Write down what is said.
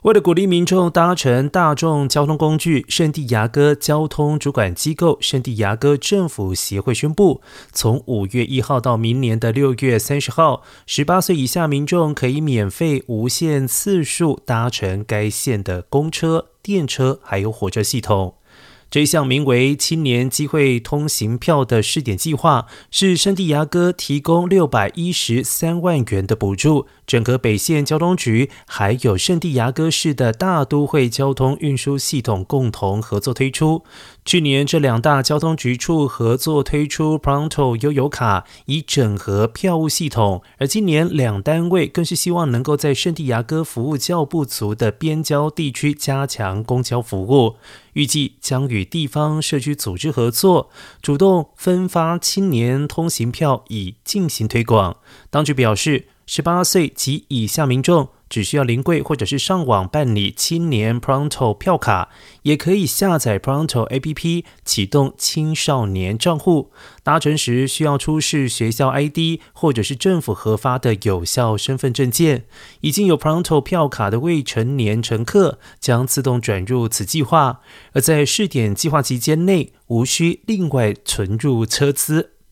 为了鼓励民众搭乘大众交通工具，圣地牙哥交通主管机构圣地牙哥政府协会宣布，从5月1号到明年的6月30号，18岁以下民众可以免费无限次数搭乘该线的公车、电车还有火车系统。这一项名为青年机会通行票的试点计划，是圣地牙哥提供613万元的补助，整个北县交通局还有圣地牙哥市的大都会交通运输系统共同合作推出。去年这两大交通局处合作推出 Pronto 悠游卡，以整合票务系统，而今年两单位更是希望能够在圣地牙哥服务较不足的边郊地区加强公交服务，预计将与地方社区组织合作，主动分发青年通行票以进行推广。当局表示，18岁及以下民众只需要临柜或者是上网办理青年 Pronto 票卡，也可以下载 Pronto APP 启动青少年账户。搭乘时需要出示学校 ID 或者是政府核发的有效身份证件。已经有 Pronto 票卡的未成年乘客将自动转入此计划，而在试点计划期间内无需另外存入车资，